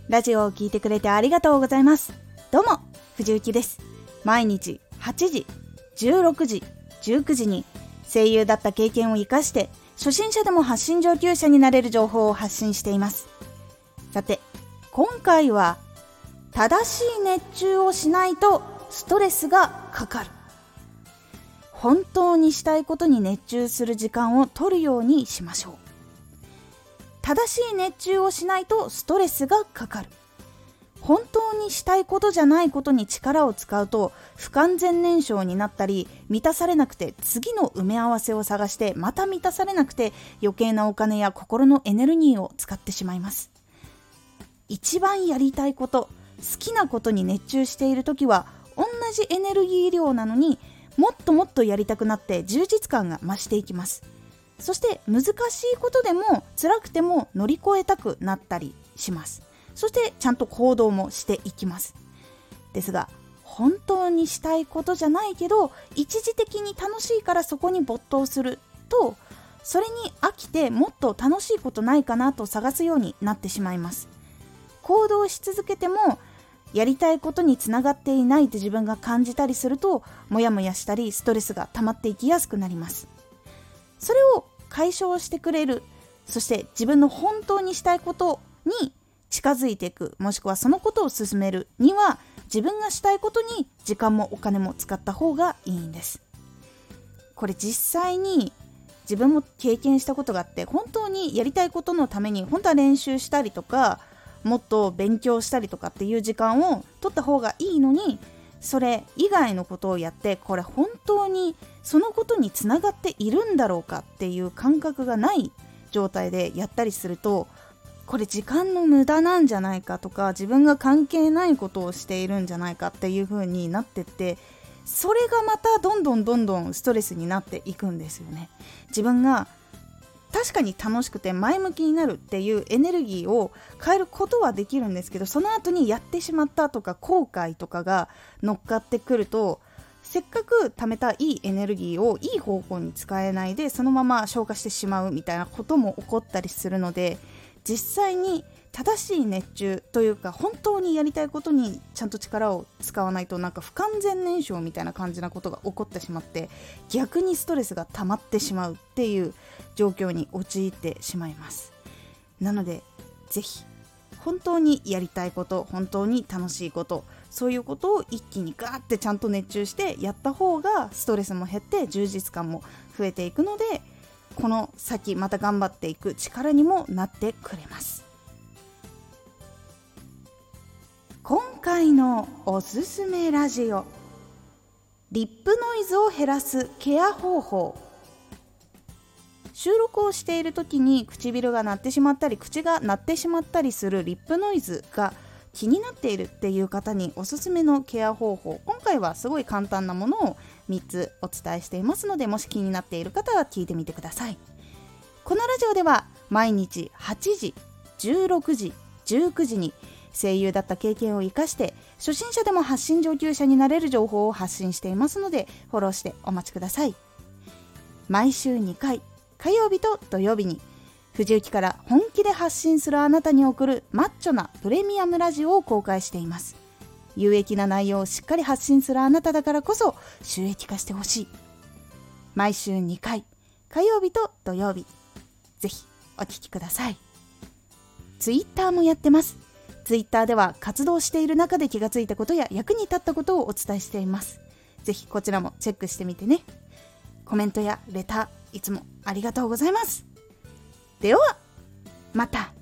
ラジオを聞いてくれてありがとうございます。どうも藤幸です。毎日8時、16時、19時に声優だった経験を生かして初心者でも発信上級者になれる情報を発信しています。さて今回は正しい熱中をしないとストレスがかかる。本当にしたいことに熱中する時間を取るようにしましょう。正しい熱中をしないとストレスがかかる。本当にしたいことじゃないことに力を使うと不完全燃焼になったり、満たされなくて次の埋め合わせを探してまた満たされなくて余計なお金や心のエネルギーを使ってしまいます。一番やりたいこと、好きなことに熱中しているときは同じエネルギー量なのにもっともっとやりたくなって充実感が増していきます。そして難しいことでも辛くても乗り越えたくなったりします。そしてちゃんと行動もしていきます。ですが本当にしたいことじゃないけど一時的に楽しいからそこに没頭すると、それに飽きてもっと楽しいことないかなと探すようになってしまいます。行動し続けてもやりたいことにつながっていないと自分が感じたりすると、もやもやしたりストレスが溜まっていきやすくなります。それを解消してくれる、そして自分の本当にしたいことに近づいていく、もしくはそのことを進めるには自分がしたいことに時間もお金も使った方がいいんです。これ実際に自分も経験したことがあって、本当にやりたいことのために本当は練習したりとかもっと勉強したりとかっていう時間を取った方がいいのに、それ以外のことをやって、これ本当にそのことにつながっているんだろうかっていう感覚がない状態でやったりすると、これ時間の無駄なんじゃないかとか、自分が関係ないことをしているんじゃないかっていう風になってって、それがまたどんどんストレスになっていくんですよね。自分が確かに楽しくて前向きになるっていうエネルギーを変えることはできるんですけど、その後にやってしまったとか後悔とかが乗っかってくると、せっかく貯めたいいエネルギーをいい方向に使えないでそのまま消化してしまうみたいなことも起こったりするので、実際に正しい熱中というか本当にやりたいことにちゃんと力を使わないと、なんか不完全燃焼みたいな感じなことが起こってしまって、逆にストレスが溜まってしまうっていう状況に陥ってしまいます。なのでぜひ本当にやりたいこと、本当に楽しいこと、そういうことを一気にガーってちゃんと熱中してやった方がストレスも減って充実感も増えていくので、この先また頑張っていく力にもなってくれます。今回のおすすめラジオ、リップノイズを減らすケア方法。収録をしている時に唇が鳴ってしまったり口が鳴ってしまったりするリップノイズが気になっているっていう方におすすめのケア方法、今回はすごい簡単なものを3つお伝えしていますので、もし気になっている方は聞いてみてください。このラジオでは毎日8時、16時、19時に声優だった経験を生かして初心者でも発信上級者になれる情報を発信していますので、フォローしてお待ちください。毎週2回、火曜日と土曜日に藤幸から本気で発信するあなたに送るマッチョなプレミアムラジオを公開しています。有益な内容をしっかり発信するあなただからこそ収益化してほしい。毎週2回、火曜日と土曜日、ぜひお聞きください。ツイッターもやってます。ツイッターでは活動している中で気がついたことや役に立ったことをお伝えしています。ぜひこちらもチェックしてみてね。コメントやレターいつもありがとうございます。ではまた。